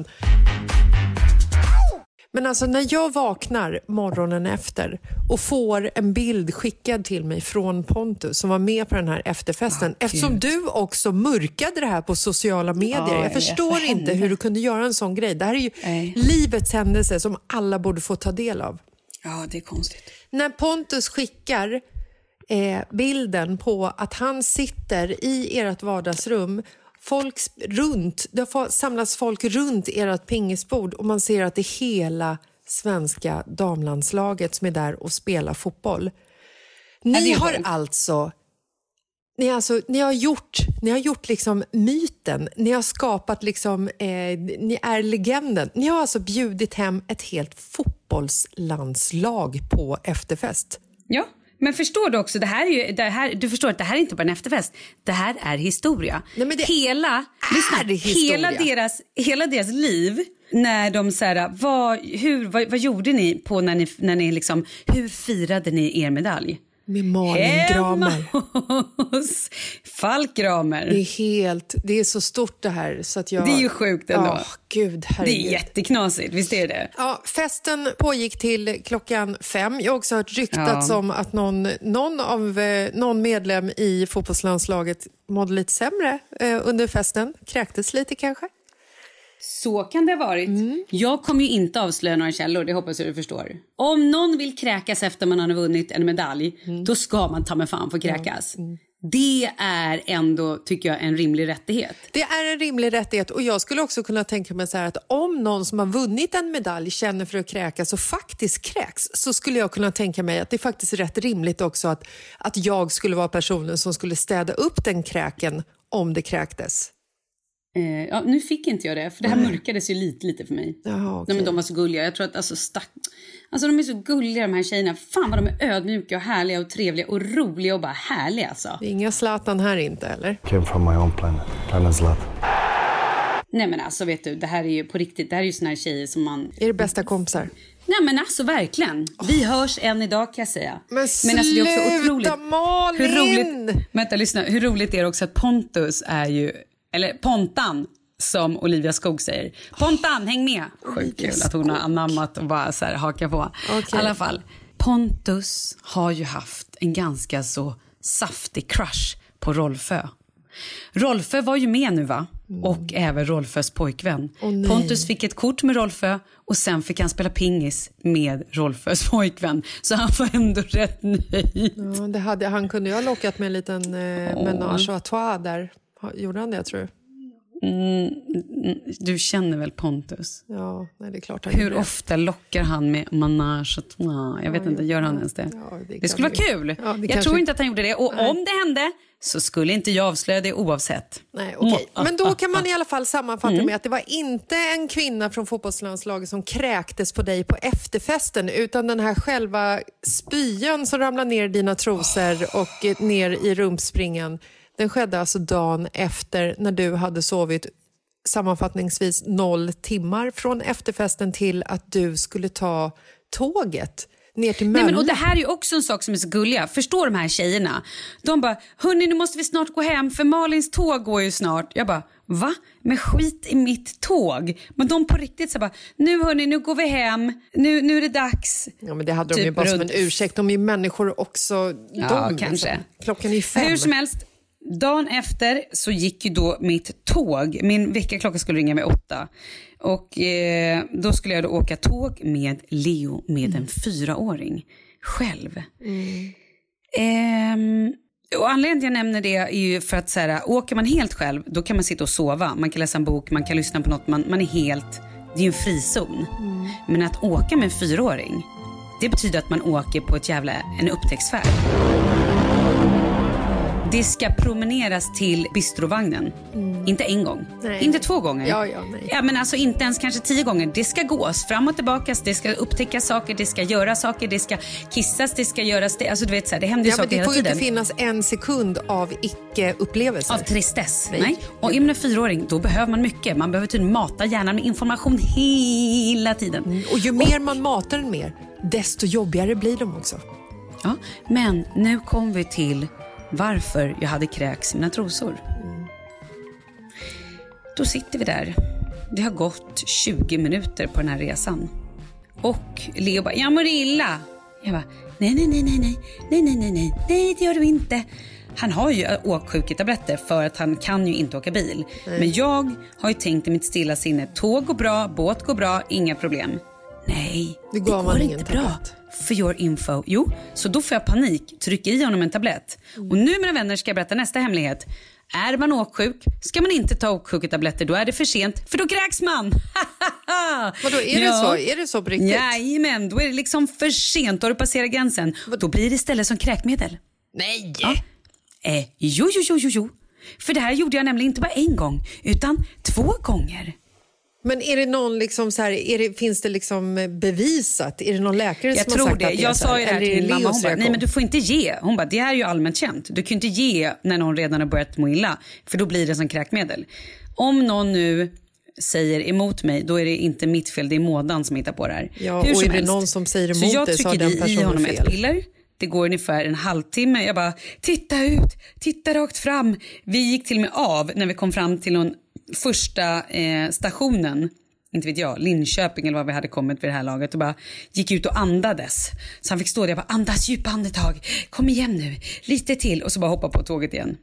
Men alltså när jag vaknar morgonen efter och får en bild skickad till mig från Pontus som var med på den här efterfesten. Eftersom du också mörkade det här på sociala medier. Jag förstår inte hur du kunde göra en sån grej. Det här är ju livets händelse som alla borde få ta del av. Ja, det är konstigt. När Pontus skickar bilden på att han sitter i ert vardagsrum, det samlas folk runt ert pingisbord och man ser att det är hela svenska damlandslaget som är där och spelar fotboll. Ni har gjort liksom myten. Ni har skapat liksom, ni är legenden. Ni har alltså bjudit hem ett helt fotbollslandslag på efterfest. Ja. Men förstår du också, du förstår att det här är inte bara en efterfest. Det här är historia. Nej, men hela deras liv när de så här, vad gjorde ni på när ni liksom, hur firade ni er medalj? Med Malin Gramer. Hos Falk Gramer. Det är så stort det här. Så att jag... Det är ju sjukt ändå. Gud, herregud. Det är jätteknasigt, visst är det? Ja, festen pågick till 5:00. Jag har också hört ryktats om att någon medlem i fotbollslandslaget mådde lite sämre under festen. Kräktes lite kanske. Så kan det ha varit. Jag kommer ju inte avslöja några källor, det hoppas jag du förstår. Om någon vill kräkas efter man har vunnit en medalj, då ska man ta med fan få kräkas. Det är ändå, tycker jag, en rimlig rättighet. Det är en rimlig rättighet, och jag skulle också kunna tänka mig så här att om någon som har vunnit en medalj känner för att kräkas och faktiskt kräks, så skulle jag kunna tänka mig att det är faktiskt rätt rimligt också att jag skulle vara personen som skulle städa upp den kräken om det kräktes. Ja, nu fick inte jag det, för det här mörkades ju lite för mig. Jaha, okay. Nej, men de var så gulliga. Jag tror att alltså de är så gulliga, de här tjejerna. Fan vad de är ödmjuka och härliga och trevliga och roliga och bara härliga alltså. Det är inga Zlatan här inte, eller? Came from my own planet Zlatan. Nej men alltså vet du, det här är ju på riktigt, det här är ju såna här tjejer som man... Är det bästa kompisar? Nej men alltså verkligen. Vi hörs än idag kan jag säga. Men sluta, alltså, det är också otroligt. Malin! Hur roligt, vänta lyssna, hur roligt är det också att Pontus är ju, eller Pontan som Olivia Skog säger. Pontan, häng med! Sjukt kul att hon har anammat och bara så här haka på. Okay. I alla fall, Pontus har ju haft en ganska så saftig crush på Rolfö. Rolfö var ju med nu va? Och även Rolfös pojkvän. Pontus fick ett kort med Rolfö och sen fick han spela pingis med Rolfös pojkvän. Så han var ändå rätt nöjd. Ja, han kunde ju ha lockat med en liten menage à trois där. Gjorde han det, tror du? Du känner väl Pontus? Ja, nej, det är klart. Hur ofta lockar han med menage à trois? Jag vet inte, gör han ens det? Ja, det skulle vara kul. Ja, jag tror inte att han gjorde det. Och om det hände så skulle inte jag avslöja det oavsett. Nej, okej. Men då kan man i alla fall sammanfatta med att det var inte en kvinna från fotbollslandslaget som kräktes på dig på efterfesten, utan den här själva spyan som ramlade ner i dina trosor och ner i rumpspringen. Den skedde alltså dagen efter när du hade sovit sammanfattningsvis 0 timmar från efterfesten till att du skulle ta tåget ner till Mölle. Nej, men, och det här är ju också en sak som är så gulliga. Förstår de här tjejerna? De bara, hörni, nu måste vi snart gå hem för Malins tåg går ju snart. Jag bara, va? Men skit i mitt tåg. Men de på riktigt så bara, nu hörni, nu går vi hem. Nu är det dags. Ja, men det hade de ju bara som en ursäkt. De är ju människor också. Ja, kanske. Liksom. Klockan är 5. Hur som helst. Dagen efter så gick ju då mitt tåg. Min väckarklocka skulle ringa med 8. Och då skulle jag då åka tåg med Leo med en 4-åring. Själv. Och anledningen till jag nämner det är ju för att så här, åker man helt själv, då kan man sitta och sova. Man kan läsa en bok, man kan lyssna på något. Man är helt, det är ju en frizon. Men att åka med en 4-åring, det betyder att man åker på en upptäcktsfärd. Det ska promeneras till bistrovagnen. Inte en gång. Nej. Inte 2 gånger. Ja, men alltså inte ens kanske 10 gånger. Det ska gås fram och tillbaka. Det ska upptäcka saker. Det ska göra saker. Det ska kissas. Det ska göras. Alltså du vet så här, det händer ju saker hela tiden. Det får ju inte finnas en sekund av icke-upplevelser. Av tristess. Nej. Och i en 4-åring, då behöver man mycket. Man behöver tydligen mata hjärnan med information hela tiden. Och ju mer man matar den mer, desto jobbigare blir de också. Ja, men nu kommer vi till varför jag hade kräks i mina trosor. Då sitter vi där. Det har gått 20 minuter på den här resan. Och Leo bara, jag mår illa. Jag bara, nej, det gör du inte. Han har ju åksjuketabletter för att han kan ju inte åka bil. Men jag har ju tänkt i mitt stilla sinne, tåg går bra, båt går bra, inga problem. Nej, det går inte bra. För your info. Jo, så då får jag panik, trycker i honom en tablett. Och nu, mina vänner, ska jag berätta nästa hemlighet. Är man åksjuk, ska man inte ta åksjuketabletter, då är det för sent, för då kräks man. Vadå, är det så? Är det så på riktigt? Jajamän, då är det liksom för sent, då har du passerat gränsen. Då blir det istället som kräkmedel. Nej! Ja. Jo. För det här gjorde jag nämligen inte bara en gång, utan 2 gånger. Men är det någon liksom så här, finns det liksom bevisat? Är det någon läkare som har sagt att det är så? Jag sa ju det här till min mamma. Hon bara, nej men du får inte ge. Hon bara, det här är ju allmänt känt. Du kan inte ge när någon redan har börjat må illa. För då blir det som kräkmedel. Om någon nu säger emot mig, då är det inte mitt fel. Det är mådan som hittar på det här. Ja, hur och är det någon som säger emot det, så har den personen fel. Så jag trycker i honom ett piller. Det går ungefär en halvtimme. Jag bara, titta ut, titta rakt fram. Vi gick till och med av när vi kom fram till någon första stationen. Inte vet jag, Linköping eller vad vi hade kommit vid det här laget. Och bara gick ut och andades. Så han fick stå där och bara, andas, djupa andetag. Kom igen nu, lite till. Och så bara hoppa på tåget igen.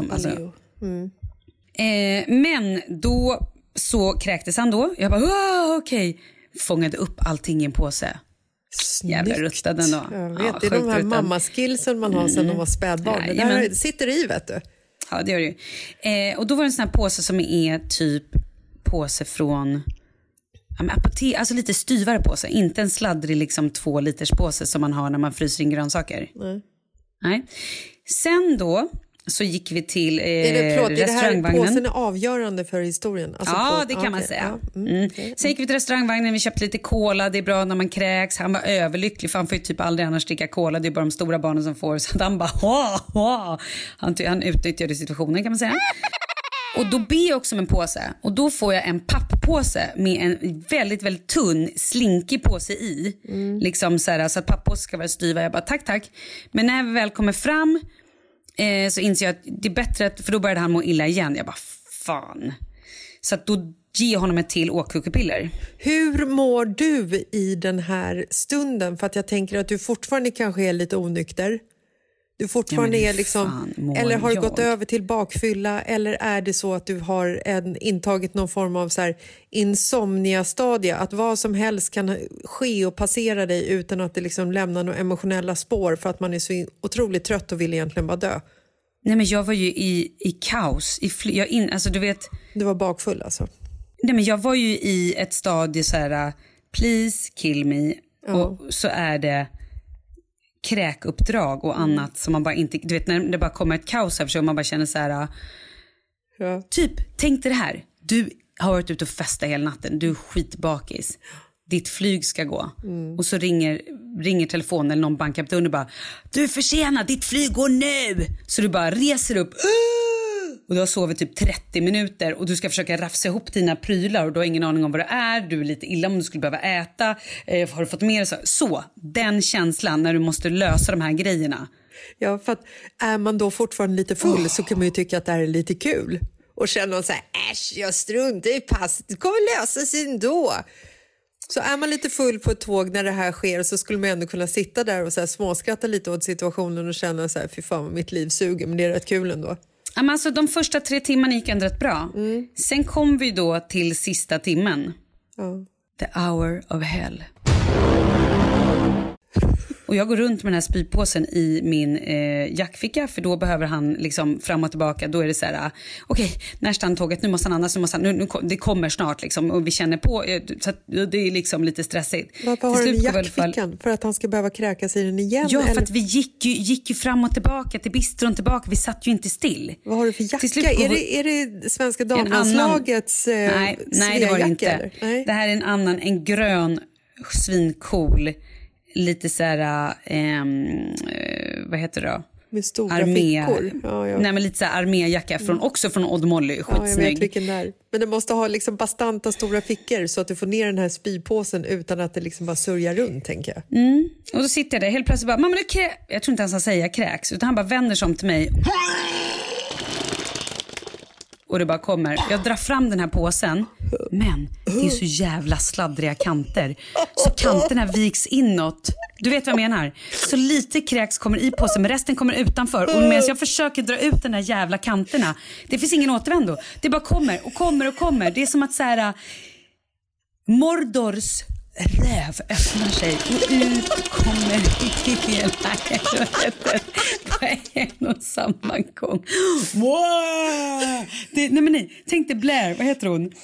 Men då så kräktes han då. Jag bara, okej. Fångade upp allting i en påse. Snyggt. Jävla ruttad den då. Jag vet, det är de här mammaskillsen man har sedan de var spädbarn. Det där sitter i, vet du. Ja, det gör det ju. Och då var det en sån här påse som är typ påse från apotek, alltså lite styvare påse. Inte en sladdrig liksom 2 liters påse som man har när man fryser in grönsaker. Nej. Sen då så gick vi till restaurangvagnen. Är det här påsen är avgörande för historien? Alltså det kan man säga. Sen gick vi till restaurangvagnen, vi köpte lite cola. Det är bra när man kräks. Han var överlycklig för han får ju typ aldrig annars dricka cola. Det är bara de stora barnen som får. Så han bara han utnyttjade situationen, kan man säga. Och då ber jag också om en påse. Och då får jag en papppåse med en väldigt, väldigt tunn, slinkig påse i. Liksom så att papppåse ska vara styva. Jag bara tack. Men när vi väl kommer fram så inser jag att det är bättre att, för då började han må illa igen. Jag bara fan. Så att då ger honom ett till åklokepiller. Hur mår du i den här stunden? För att jag tänker att du fortfarande kanske är lite onykter. Du fortfarande är liksom, eller har du gått över till bakfylla, eller är det så att du har intagit någon form av så här insomnia-stadie, att vad som helst kan ske och passera dig utan att det liksom lämnar några emotionella spår för att man är så otroligt trött och vill egentligen bara dö? Nej, men jag var ju i kaos. Alltså du vet... Du var bakfull alltså? Nej, men jag var ju i ett stadie så här, please kill me. Och så är det kräkuppdrag och annat som man bara inte, du vet när det bara kommer ett kaos här så man bara känner så här typ, tänk dig det här, du har varit ute och festat hela natten, du är skitbakis, ditt flyg ska gå och så ringer telefonen eller någon bankar på dörren och bara, du är försenad, ditt flyg går nu, så du bara reser upp och du har sovit typ 30 minuter och du ska försöka rafsa ihop dina prylar och du har ingen aning om vad det är, du är lite illa om du skulle behöva äta, har du fått med dig så den känslan när du måste lösa de här grejerna. Ja, för att är man då fortfarande lite full så kan man ju tycka att det här är lite kul och känna så här, äsch, jag struntar i pass, det kommer lösa sig ändå. Så är man lite full på ett tåg när det här sker, så skulle man ändå kunna sitta där och så här småskratta lite åt situationen och känna så här, fy fan mitt liv suger, men det är rätt kul ändå. Alltså de första 3 timmarna gick ändå rätt bra. Sen kom vi då till sista timmen. The hour of hell. Och jag går runt med den här spypåsen i min jackficka, för då behöver han liksom fram och tillbaka. Då är det så här, okej, när stannar tåget? Nu måste han andas, det kommer snart liksom. Och vi känner på, så att det är liksom lite stressigt. Varför har du i jackfickan? För att han ska behöva kräkas i den igen? Ja, eller? för att vi gick ju fram och tillbaka till bistron tillbaka. Vi satt ju inte still. Vad har du för jacka? Är det svenska damlandslagets nej, det var det inte. Det här är en grön svincool, lite så här vad heter det då? Med stora fickor. Nej, men lite så här arméjacka också från Odd Molly, skitsnygg. Ja, jag vet vilken det är. Men det måste ha liksom bastanta stora fickor så att du får ner den här spypåsen utan att det liksom bara sörjar runt, tänker jag. Och då sitter jag där helt plötsligt bara, mamma, jag tror inte han ska säga kräks, utan han bara vänder sig om till mig. Och det bara kommer. Jag drar fram den här påsen. Men det är så jävla sladdriga kanter. Så kanterna viks inåt. Du vet vad jag menar. Så lite kräks kommer i påsen, men resten kommer utanför. Och medan jag försöker dra ut den här jävla kanterna, det finns ingen återvändo. Det bara kommer och kommer och kommer. Det är som att så här, Mordors räv öppnar sig och ut kommer hela helvetet på en och samma gång. Wow! Tänk dig Blair, vad heter hon?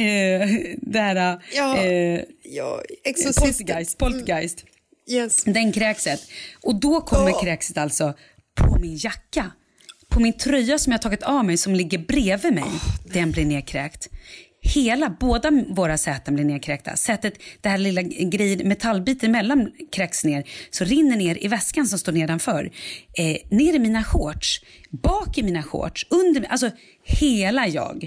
Poltergeist. Yes. Den kräkset. Och då kommer kräkset alltså på min jacka. På min tröja som jag tagit av mig, som ligger bredvid mig. Den blir nedkräkt. Båda våra säten blir nedkräkta. Sätet, det här lilla metallbiten mellan kräks ner, så rinner ner i väskan som står nedanför. Ner i mina shorts, bak i mina shorts, under, alltså hela jag.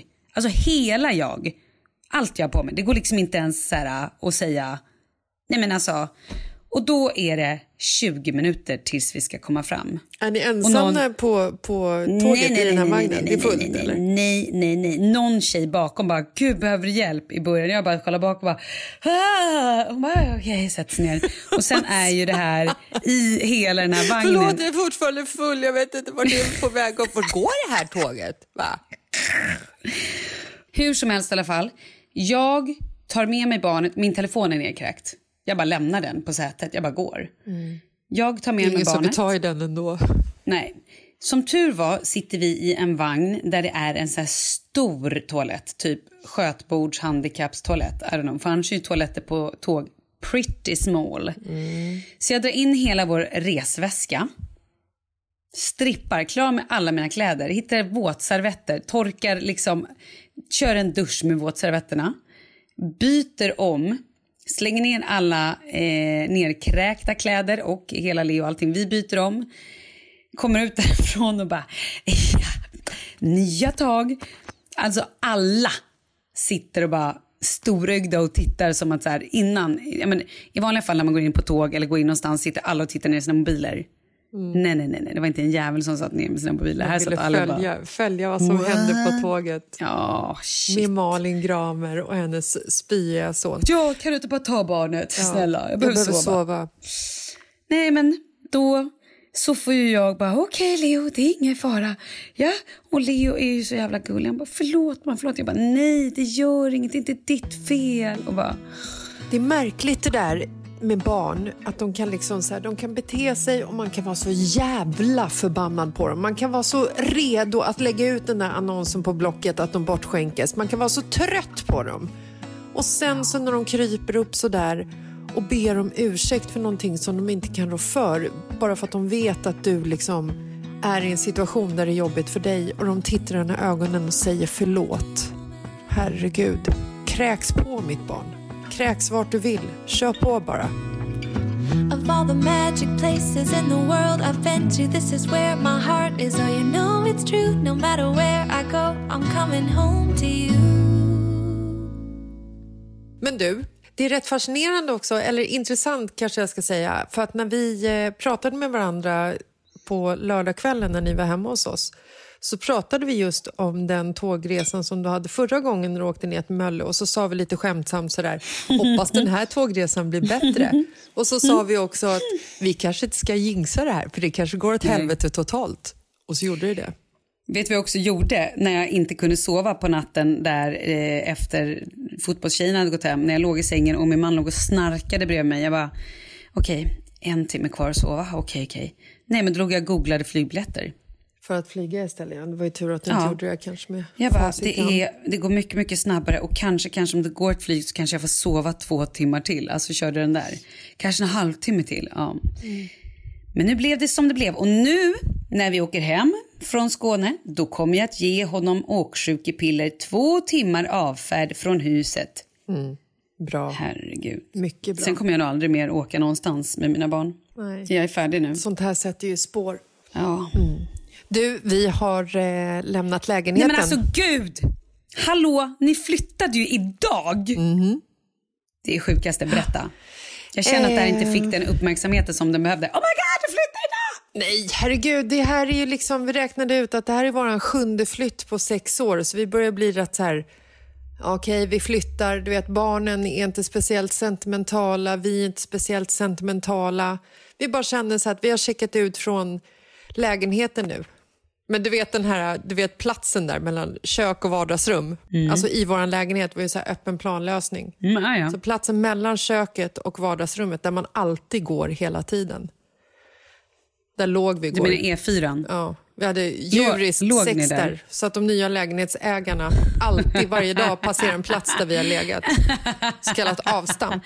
Allt jag har på mig. Det går liksom inte ens så här att säga. Nej, men alltså. Och då är det 20 minuter tills vi ska komma fram. Är ni ensamma på tåget i den här vagnen? Det är fullt, eller? Nej. Någon tjej bakom bara, gud, behöver du hjälp i början? Jag bara kollar bak och bara, okej, sätts ner. Och sen är ju det här i hela den här vagnen. Förlåt, jag är fortfarande full. Jag vet inte vart det är på väg upp. Vart går det här tåget? Va? Hur som helst i alla fall. Jag tar med mig barnet, min telefon är nedkräkt. Jag bara lämnar den på sätet, jag bara går. Jag tar med mig barnet. Det är ingen som vill ta i den ändå. Nej. Som tur var sitter vi i en vagn där det är en så här stor toalett. Typ skötbords, handikappstoalett. I don't know, för annars är ju toaletter på tåg pretty small. Så jag drar in hela vår resväska. Strippar, klar med alla mina kläder. Hittar våtservetter, torkar liksom. Kör en dusch med våtservetterna. Byter om. Slänger ner alla nerkräkta kläder och hela Leo och allting. Vi byter om. Kommer ut därifrån och bara nya tag. Alltså alla sitter och bara storögda och tittar som att så här innan. I vanliga fall när man går in på tåg eller går in någonstans sitter alla och tittar ner i sina mobiler. Nej. Det var inte en jävel som satt ner med sina mobiler. Här satt alla följa vad som hände på tåget. Ja, shit. Med Malin Gramer och hennes spya son. Ja, kan du inte bara ta barnet? Snälla, jag behöver sova. Nej, men då så får ju jag bara, okej, Leo, det är ingen fara. Ja, och Leo är ju så jävla gullig. Han bara, förlåt. Jag bara, nej, det gör inget, det är inte ditt fel. Och bara... Det är märkligt det där med barn, att de kan liksom så här, de kan bete sig och man kan vara så jävla förbannad på dem. Man kan vara så redo att lägga ut den där annonsen på Blocket att de bortskänkes. Man kan vara så trött på dem. Och sen så när de kryper upp så där och ber om ursäkt för någonting som de inte kan rå för, bara för att de vet att du liksom är i en situation där det är jobbigt för dig, och de tittar i dina ögonen och säger förlåt. Herregud, kräks på mitt barn. Kräks vart du vill. Kör på bara. Of all the magic places in the world I've been to, this is where my heart is. Oh, you know it's true. No matter where I go, I'm coming home to you. Men du, det är rätt fascinerande också, eller intressant kanske jag ska säga, för att när vi pratade med varandra på lördagskvällen när ni var hemma hos oss, så pratade vi just om den tågresan som du hade förra gången när du åkte ner till Mölle, och så sa vi lite skämtsamt sådär, hoppas den här tågresan blir bättre. Och så sa vi också att vi kanske inte ska jinxa det här, för det kanske går åt helvete totalt. Och så gjorde det. Vet vi också gjorde när jag inte kunde sova på natten där efter fotbollstjejerna hade gått hem, när jag låg i sängen och min man låg och snarkade bredvid mig. Jag bara, okej, 1 timme kvar att sova, okej. Nej, men då låg jag och googlade flygbiljetter. För att flyga istället. Det var ju tur att du inte gjorde det kanske med. Jag bara, det går mycket, mycket snabbare. Och kanske om det går ett flyg så kanske jag får sova 2 timmar till. Alltså körde den där. Kanske en halvtimme till. Ja. Men nu blev det som det blev. Och nu när vi åker hem från Skåne, då kommer jag att ge honom åksjukepiller 2 timmar avfärd från huset. Bra. Herregud. Mycket bra. Sen kommer jag nog aldrig mer åka någonstans med mina barn. Nej. Jag är färdig nu. Sånt här sätter ju spår. Ja. Du, vi har lämnat lägenheten. Nej, men alltså gud! Hallå, ni flyttade ju idag. Det är sjukaste, berätta. Jag känner att det här inte fick den uppmärksamheten som den behövde. Oh my god, du flyttar idag! Nej, herregud, det här är ju liksom, vi räknade ut att det här är våran 7:e flytt på 6 år. Så vi börjar bli rätt så här, okej, vi flyttar. Du vet, barnen är inte speciellt sentimentala. Vi är inte speciellt sentimentala. Vi bara känner så att vi har checkat ut från lägenheten nu. Men du vet den här, platsen där mellan kök och vardagsrum. Alltså i våran lägenhet var ju så här öppen planlösning. Ja. Så platsen mellan köket och vardagsrummet där man alltid går hela tiden. Där låg vi igår. Du menar E4? Ja, vi hade juriskt sex där. Så att de nya lägenhetsägarna alltid varje dag passerar en plats där vi har legat. Så kallat avstamp.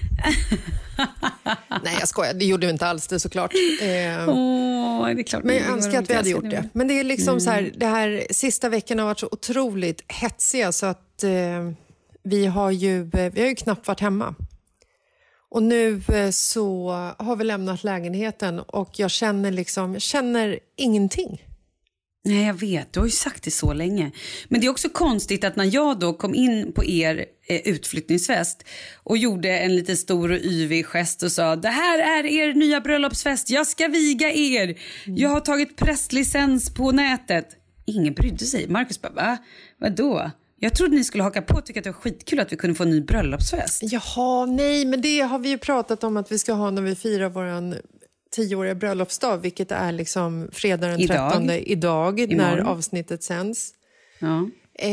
Nej, jag skojar. Det gjorde vi inte alls det, såklart. Det är klart. Men jag önskar att vi hade gjort det. Men det är liksom så här, det här sista veckan har varit så otroligt hetsiga så att vi har ju knappt varit hemma. Och nu så har vi lämnat lägenheten och jag känner ingenting. Nej, jag vet. Du har ju sagt det så länge. Men det är också konstigt att när jag då kom in på er utflyttningsfest och gjorde en lite stor och yvig gest och sa det här är er nya bröllopsfest, jag ska viga er. Jag har tagit prästlicens på nätet. Ingen brydde sig. Marcus bara, va? Vadå? Jag trodde ni skulle haka på och tycka att det var skitkul att vi kunde få en ny bröllopsfest. Jaha, nej, men det har vi ju pratat om att vi ska ha när vi firar våran 10-åriga bröllopsdag, vilket är liksom fredag den 13 idag när avsnittet sänds. Ja.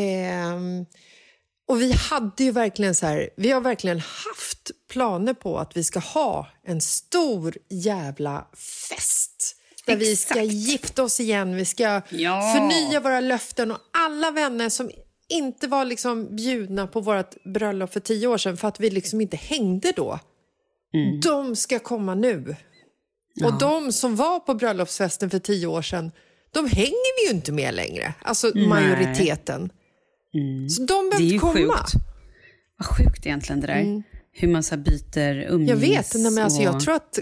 Och vi hade ju verkligen så här, vi har verkligen haft planer på att vi ska ha en stor jävla fest. Där vi ska gifta oss igen, vi ska förnya våra löften och alla vänner som inte var liksom bjudna på vårt bröllop för 10 år sedan för att vi liksom inte hängde då. De ska komma nu. Och de som var på bröllopsfesten för 10 år sedan, de hänger vi ju inte med längre. Alltså majoriteten. Så de behöver komma. Sjukt. Vad sjukt egentligen det där. Hur man så byter umgänges. Jag vet, men alltså, jag tror att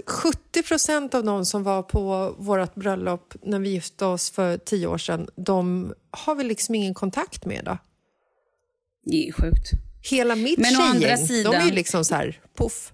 70% av de som var på vårt bröllop när vi gifte oss för 10 år sedan, de har vi liksom ingen kontakt med då. Det är sjukt. Hela mitt tjejgäng, de är ju liksom så här, puff.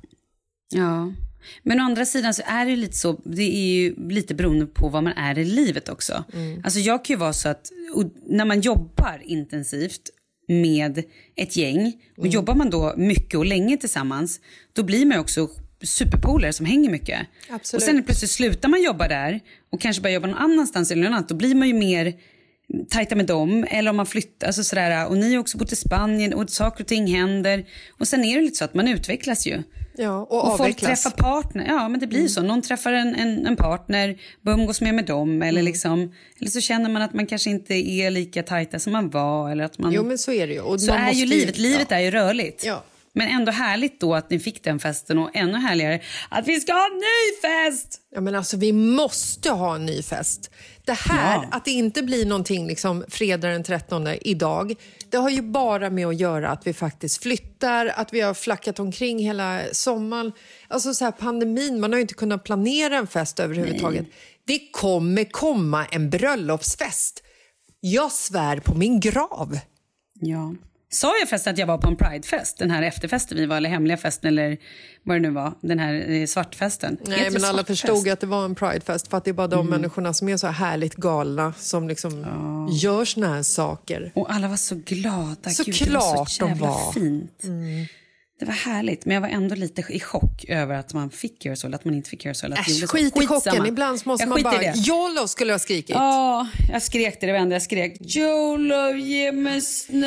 Ja. Men å andra sidan så är det lite så, det är ju lite beroende på vad man är i livet också. Alltså jag kan ju vara så att när man jobbar intensivt med ett gäng och jobbar man då mycket och länge tillsammans, då blir man ju också superpolare som hänger mycket. Absolut. Och sen plötsligt slutar man jobba där och kanske bara jobba någon annanstans eller något annat, då blir man ju mer tajta med dem, eller om man flyttar alltså sådär, och ni har också bott i Spanien och saker och ting händer och sen är det lite så att man utvecklas ju. Ja, och folk träffar partner. Ja, men det blir så. Någon träffar en partner, bör umgås med dem eller liksom, eller så känner man att man kanske inte är lika tajta som man var eller att man. Jo, men så är det ju. Och så är ju livet är ju rörligt. Ja. Men ändå härligt då att ni fick den festen och ännu härligare att vi ska ha en ny fest. Ja, men alltså vi måste ha en ny fest. Det här, att det inte blir någonting liksom fredag den 13 idag, det har ju bara med att göra att vi faktiskt flyttar, att vi har flackat omkring hela sommaren. Alltså så här pandemin, man har ju inte kunnat planera en fest överhuvudtaget. Nej. Det kommer komma en bröllopsfest. Jag svär på min grav. Ja. Sa jag förresten att jag var på en Pridefest, den här efterfesten vi var, eller hemliga festen eller vad det nu var, den här svartfesten. Nej, men alla förstod att det var en Pridefest för att det är bara de människorna som är så härligt galna som liksom gör såna här saker. Och alla var så glada. Så Gud, klart det var så jävla de var. Fint. Det var härligt, men jag var ändå lite i chock över att man fick göra så, att man inte fick göra så. Skit i chocken, ibland måste man bara, YOLO skulle jag ha skrikit. Ja, jag skrek det vända, jag skrek YOLO, ge mig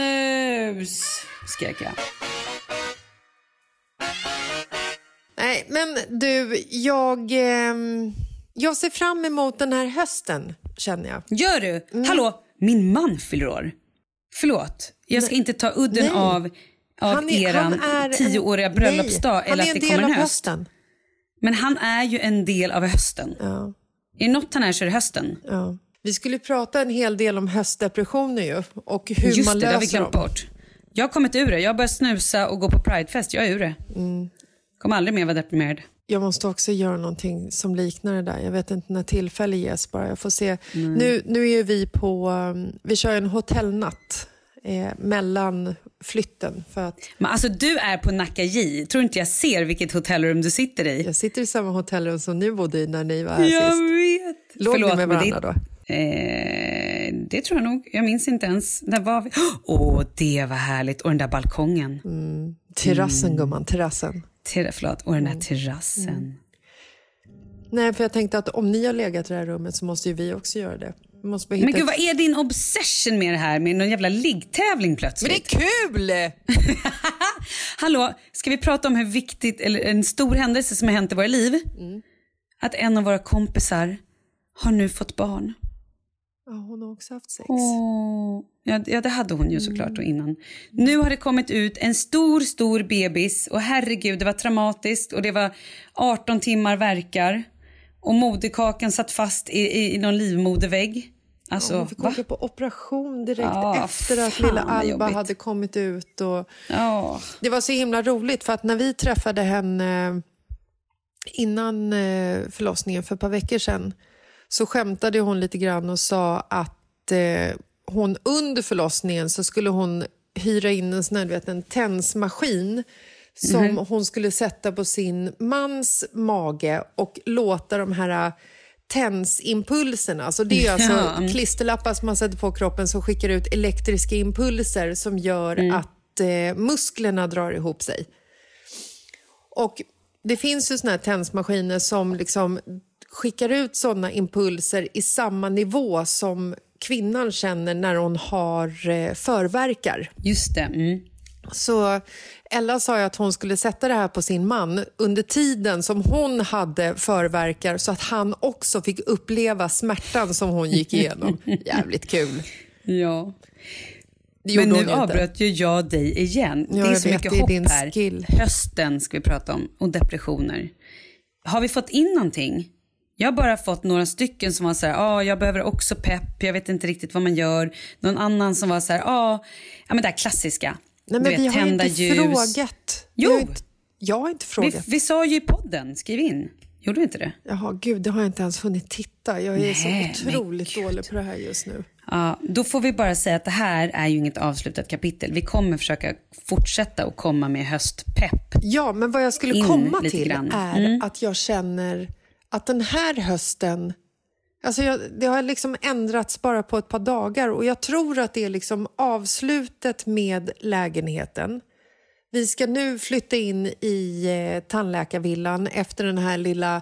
snus, skrek jag. Nej, men du, jag ser fram emot den här hösten, känner jag. Gör du? Hallå, min man fyller år. Förlåt, jag ska inte ta udden av eran 10-åriga bröllopsdag eller att det kommer en höst. Hösten. Men han är ju en del av hösten. Ja. Är det något han är så är det hösten. Ja. Vi skulle prata en hel del om höstdepressioner ju. Och hur just man det, löser har vi glömt bort. Jag har kommit ur det. Jag börjar snusa och gå på Pridefest. Jag är ur det. Kommer aldrig mer vara deprimerad. Jag måste också göra någonting som liknar det där. Jag vet inte när tillfälle ges bara. Jag får se. Nu är vi vi kör en hotellnatt mellan flytten för att... Men alltså du är på Nacka J. Tror inte jag ser vilket hotellrum du sitter i? Jag sitter i samma hotellrum som ni bodde i när ni var här sist. Jag vet. Låg ni med varandra då? Det tror jag nog. Jag minns inte ens. Där var vi. Det var härligt. Och den där balkongen. Terrassen, gumman. Terrassen. Förlåt. Och den där terrassen. Nej, för jag tänkte att om ni har legat i det här rummet så måste ju vi också göra det. Men gud, vad är din obsession med det här? Med någon jävla liggtävling plötsligt? Men det är kul! Hallå, ska vi prata om hur viktigt, eller en stor händelse som har hänt i våra liv? Att en av våra kompisar har nu fått barn. Ja, hon har också haft sex. Ja, det hade hon ju såklart då innan. Nu har det kommit ut en stor bebis. Och herregud, det var traumatiskt. Och det var 18 timmar verkar. Och moderkakan satt fast i någon livmodervägg. Alltså, hon fick åka på operation direkt efter att lilla Alba hade kommit ut. Och det var så himla roligt för att när vi träffade henne innan förlossningen för ett par veckor sedan så skämtade hon lite grann och sa att hon under förlossningen så skulle hon hyra in en sån här, en tensmaskin som hon skulle sätta på sin mans mage och låta de här tensimpulserna, alltså det är alltså klisterlappar som man sätter på kroppen som skickar ut elektriska impulser som gör att musklerna drar ihop sig. Och det finns ju såna här tensmaskiner som liksom skickar ut sådana impulser i samma nivå som kvinnan känner när hon har förvärkar. Just det. Så Ella sa ju att hon skulle sätta det här på sin man under tiden som hon hade förvärkar så att han också fick uppleva smärtan som hon gick igenom. Jävligt kul. Ja. Men nu avbröt ju jag dig igen. Ja, det är så mycket hopp här. Skill. Hösten ska vi prata om och depressioner. Har vi fått in någonting? Jag har bara fått några stycken som var så här, jag behöver också pepp, jag vet inte riktigt vad man gör. Någon annan som var så här, ja men det här klassiska. Nej, men vi har inte ljus. Frågat. Jo, jag har inte frågat. Vi sa ju i podden, skriv in. Gjorde vi inte det? Jaha, gud, det har jag inte ens hunnit titta. Jag är så otroligt dålig på det här just nu. Ja, då får vi bara säga att det här är ju inget avslutat kapitel. Vi kommer försöka fortsätta och komma med höstpepp. Ja, men vad jag skulle komma till är att jag känner att den här hösten, alltså det har liksom ändrats bara på ett par dagar och jag tror att det är liksom avslutet med lägenheten. Vi ska nu flytta in i tandläkarvillan efter den här lilla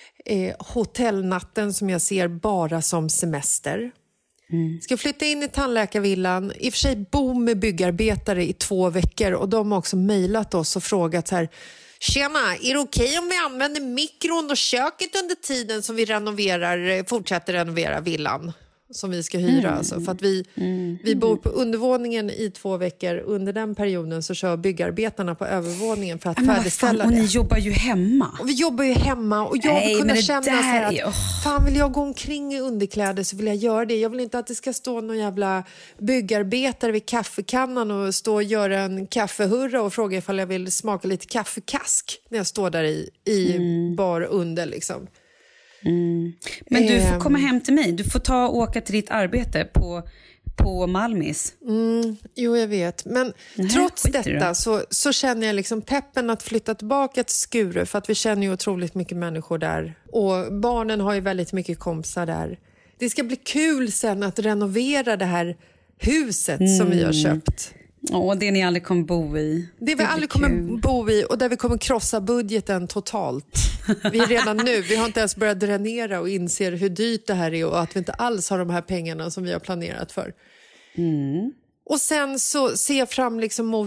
hotellnatten som jag ser bara som semester. Ska flytta in i tandläkarvillan, i och för sig bo med byggarbetare i 2 veckor och de har också mejlat oss och frågat så här: tjena, är det okej om vi använder mikron och köket under tiden som vi fortsätter renovera villan som vi ska hyra? Alltså, för att vi bor på undervåningen i 2 veckor. Under den perioden så kör byggarbetarna på övervåningen för att färdigställa det. Och ni jobbar ju hemma. Och vi jobbar ju hemma och jag vill kunna känna så här att fan, vill jag gå omkring i underkläder så vill jag göra det. Jag vill inte att det ska stå någon jävla byggarbetare vid kaffekannan och stå och göra en kaffehurra och fråga ifall jag vill smaka lite kaffekask när jag står där i bar under liksom. Men du får komma hem till mig. Du får åka till ditt arbete på Malmis. Jo, jag vet. Men trots detta så känner jag liksom peppen att flytta tillbaka till Skuru för att vi känner ju otroligt mycket människor där. Och barnen har ju väldigt mycket kompisar där. Det ska bli kul sen att renovera det här huset som vi har köpt. Det ni aldrig kommer bo i. Det vi aldrig kommer bo i och där vi kommer krossa budgeten totalt. Vi är redan nu, vi har inte ens börjat dränera och inser hur dyrt det här är och att vi inte alls har de här pengarna som vi har planerat för. Och sen så ser jag fram liksom mot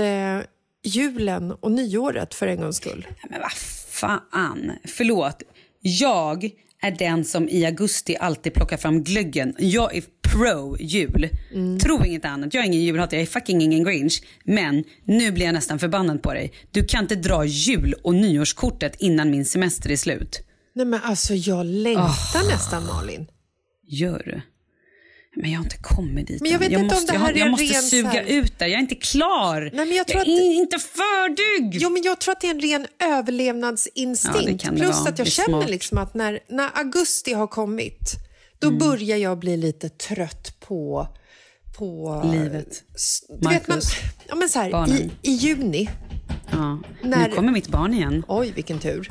julen och nyåret för en gångs skull. Men vad fan, förlåt. Jag är den som i augusti alltid plockar fram glöggen. Jag är pro-jul. Tro inget annat. Jag är ingen julhat, jag är fucking ingen Grinch. Men nu blir jag nästan förbannad på dig. Du kan inte dra jul- och nyårskortet innan min semester är slut. Nej men alltså jag längtar nästan, Malin. Gör du? Men jag har inte kommit dit. Men jag vet inte om det här är jag måste suga ut där. Jag är inte klar. Nej, men jag tror är inte färdig. Jo, men jag tror att det är en ren överlevnadsinstinkt. Ja, plus att jag känner liksom att när augusti har kommit, då börjar jag bli lite trött på livet. Du vet man, ja men så här, i juni. Ja. Nu kommer mitt barn igen. Oj, vilken tur.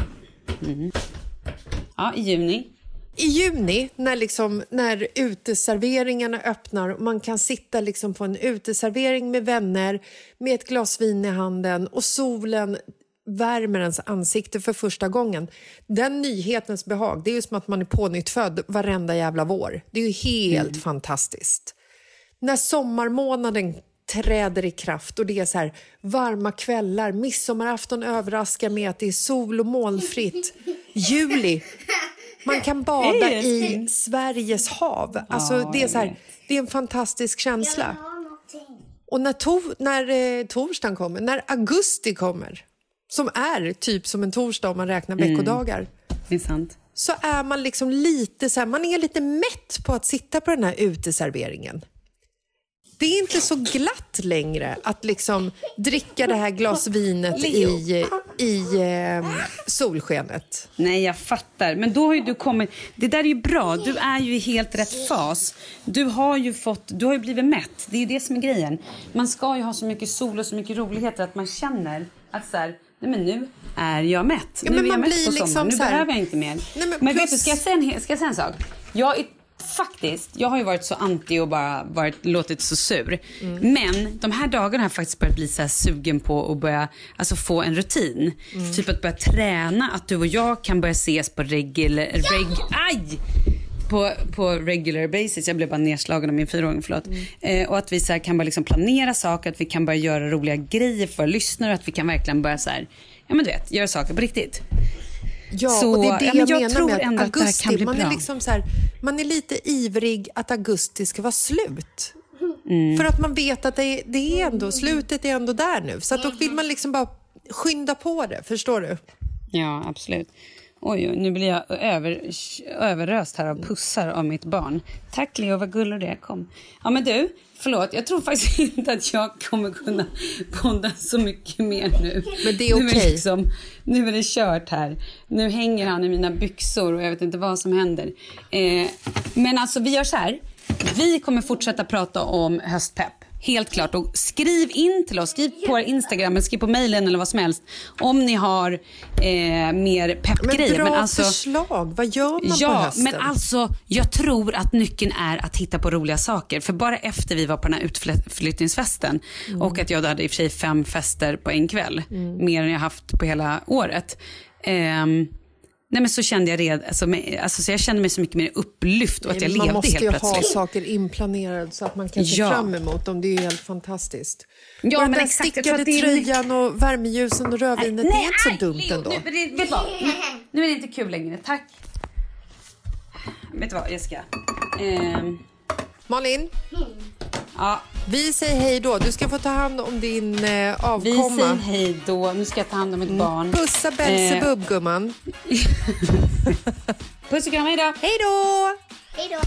Ja, i juni. I juni när uteserveringarna öppnar och man kan sitta liksom på en uteservering med vänner med ett glas vin i handen och solen värmer ens ansikte för första gången. Den nyhetens behag, det är ju som att man är pånyttfödd varenda jävla vår. Det är ju helt fantastiskt. När sommarmånaden träder i kraft och det är så här varma kvällar, midsommarafton överraskar med att det är sol och molnfritt. Juli, man kan bada i Sveriges hav. Alltså det är så här, det är en fantastisk känsla. Och när torsdagen kommer, när augusti kommer, som är typ som en torsdag om man räknar veckodagar. Det är sant. Så är man liksom lite så här, man är lite mätt på att sitta på den här uteserveringen. Det är inte så glatt längre att liksom dricka det här glas vinet i solskenet. Nej, jag fattar. Men då har ju du kommit... Det där är ju bra. Du är ju i helt rätt fas. Du har ju blivit mätt. Det är ju det som är grejen. Man ska ju ha så mycket sol och så mycket roligheter att man känner att så här, nej men nu är jag mätt. Ja, nu men är jag man mätt blir på liksom sommaren. Nu så här... behöver jag inte mer. Nej, men vet du, ska jag säga en sak? Jag har ju varit så anti och bara låtit så sur. Men de här dagarna har jag faktiskt börjat bli så här sugen på att börja få en rutin. Typ att börja träna, att du och jag kan börja ses på regular basis. Jag blev bara nedslagen av min 4-åring, förlåt. Och att vi så här kan bara liksom planera saker, att vi kan börja göra roliga grejer för lyssnare, att vi kan verkligen börja så här, ja men du vet, göra saker på riktigt. Ja, så, och det är det jag menar med att augusti, kan bli man bra. är liksom så här, man är lite ivrig att augusti ska vara slut. För att man vet att det är ändå, slutet är ändå där nu. Så att då vill man liksom bara skynda på det, förstår du? Ja, absolut. Oj, nu blir jag överröst här av pussar av mitt barn. Tack Leo, vad gullig det kom. Ja men du, förlåt, jag tror faktiskt inte att jag kommer kunna podda så mycket mer nu. Men det är okej. Nu är det kört här. Nu hänger han i mina byxor och jag vet inte vad som händer. Men alltså vi gör så här. Vi kommer fortsätta prata om höstpepp. Helt klart. Och skriv in till oss. Skriv på Instagram eller skriv på mejlen eller vad som helst. Om ni har mer peppgrejer. Men bra förslag. Vad gör man på hösten? Men alltså, jag tror att nyckeln är att hitta på roliga saker. För bara efter vi var på den här utflyttningsfesten och att jag hade i och för sig 5 fester på en kväll. Mer än jag haft på hela året. Nej, men så kände jag så jag kände mig så mycket mer upplyft och att jag levde helt plötsligt. Man måste ju ha saker inplanerade så att man kan se fram emot dem. Det är ju helt fantastiskt. Ja, och men den exakt. stickade tröjan och värmeljusen och rödvinet, det är inte så dumt ändå. Vet du vad? Nu är det inte kul längre. Tack. Vet du vad, Jessica? Malin? Ja. Vi säger hej då. Du ska få ta hand om din avkomma. Vi säger hej då. Nu ska jag ta hand om mitt barn. Pussa Belzebub, gumman. Puss och kram, hej då. Hej då. Hej då.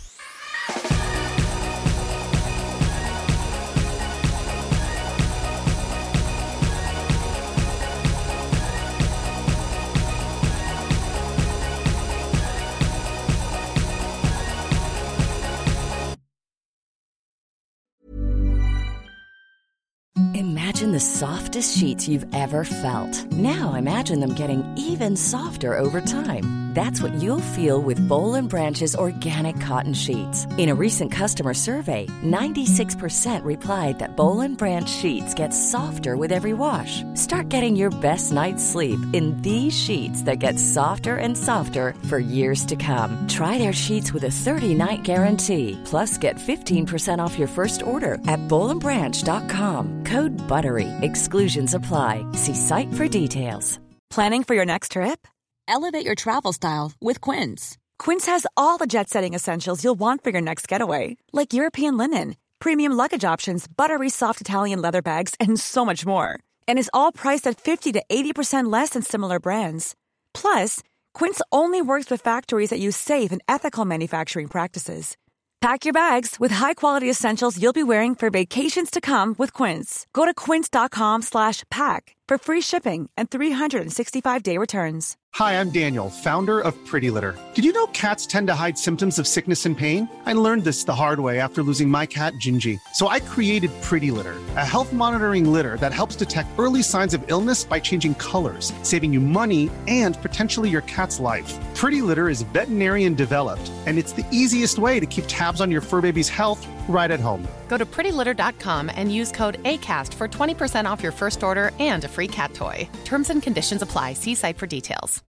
Imagine the softest sheets you've ever felt. Now imagine them getting even softer over time. That's what you'll feel with Boll & Branch's organic cotton sheets. In a recent customer survey, 96% replied that Boll & Branch sheets get softer with every wash. Start getting your best night's sleep in these sheets that get softer and softer for years to come. Try their sheets with a 30-night guarantee. Plus, get 15% off your first order at bollandbranch.com. Code BUTTERY. Exclusions apply. See site for details. Planning for your next trip? Elevate your travel style with Quince. Quince has all the jet-setting essentials you'll want for your next getaway, like European linen, premium luggage options, buttery soft Italian leather bags, and so much more. And is all priced at 50 to 80% less than similar brands. Plus, Quince only works with factories that use safe and ethical manufacturing practices. Pack your bags with high-quality essentials you'll be wearing for vacations to come with Quince. Go to quince.com/pack for free shipping and 365-day returns. Hi, I'm Daniel, founder of Pretty Litter. Did you know cats tend to hide symptoms of sickness and pain? I learned this the hard way after losing my cat, Gingy. So I created Pretty Litter, a health monitoring litter that helps detect early signs of illness by changing colors, saving you money and potentially your cat's life. Pretty Litter is veterinarian developed, and it's the easiest way to keep tabs on your fur baby's health right at home. Go to prettylitter.com and use code ACAST for 20% off your first order and a free cat toy. Terms and conditions apply. See site for details.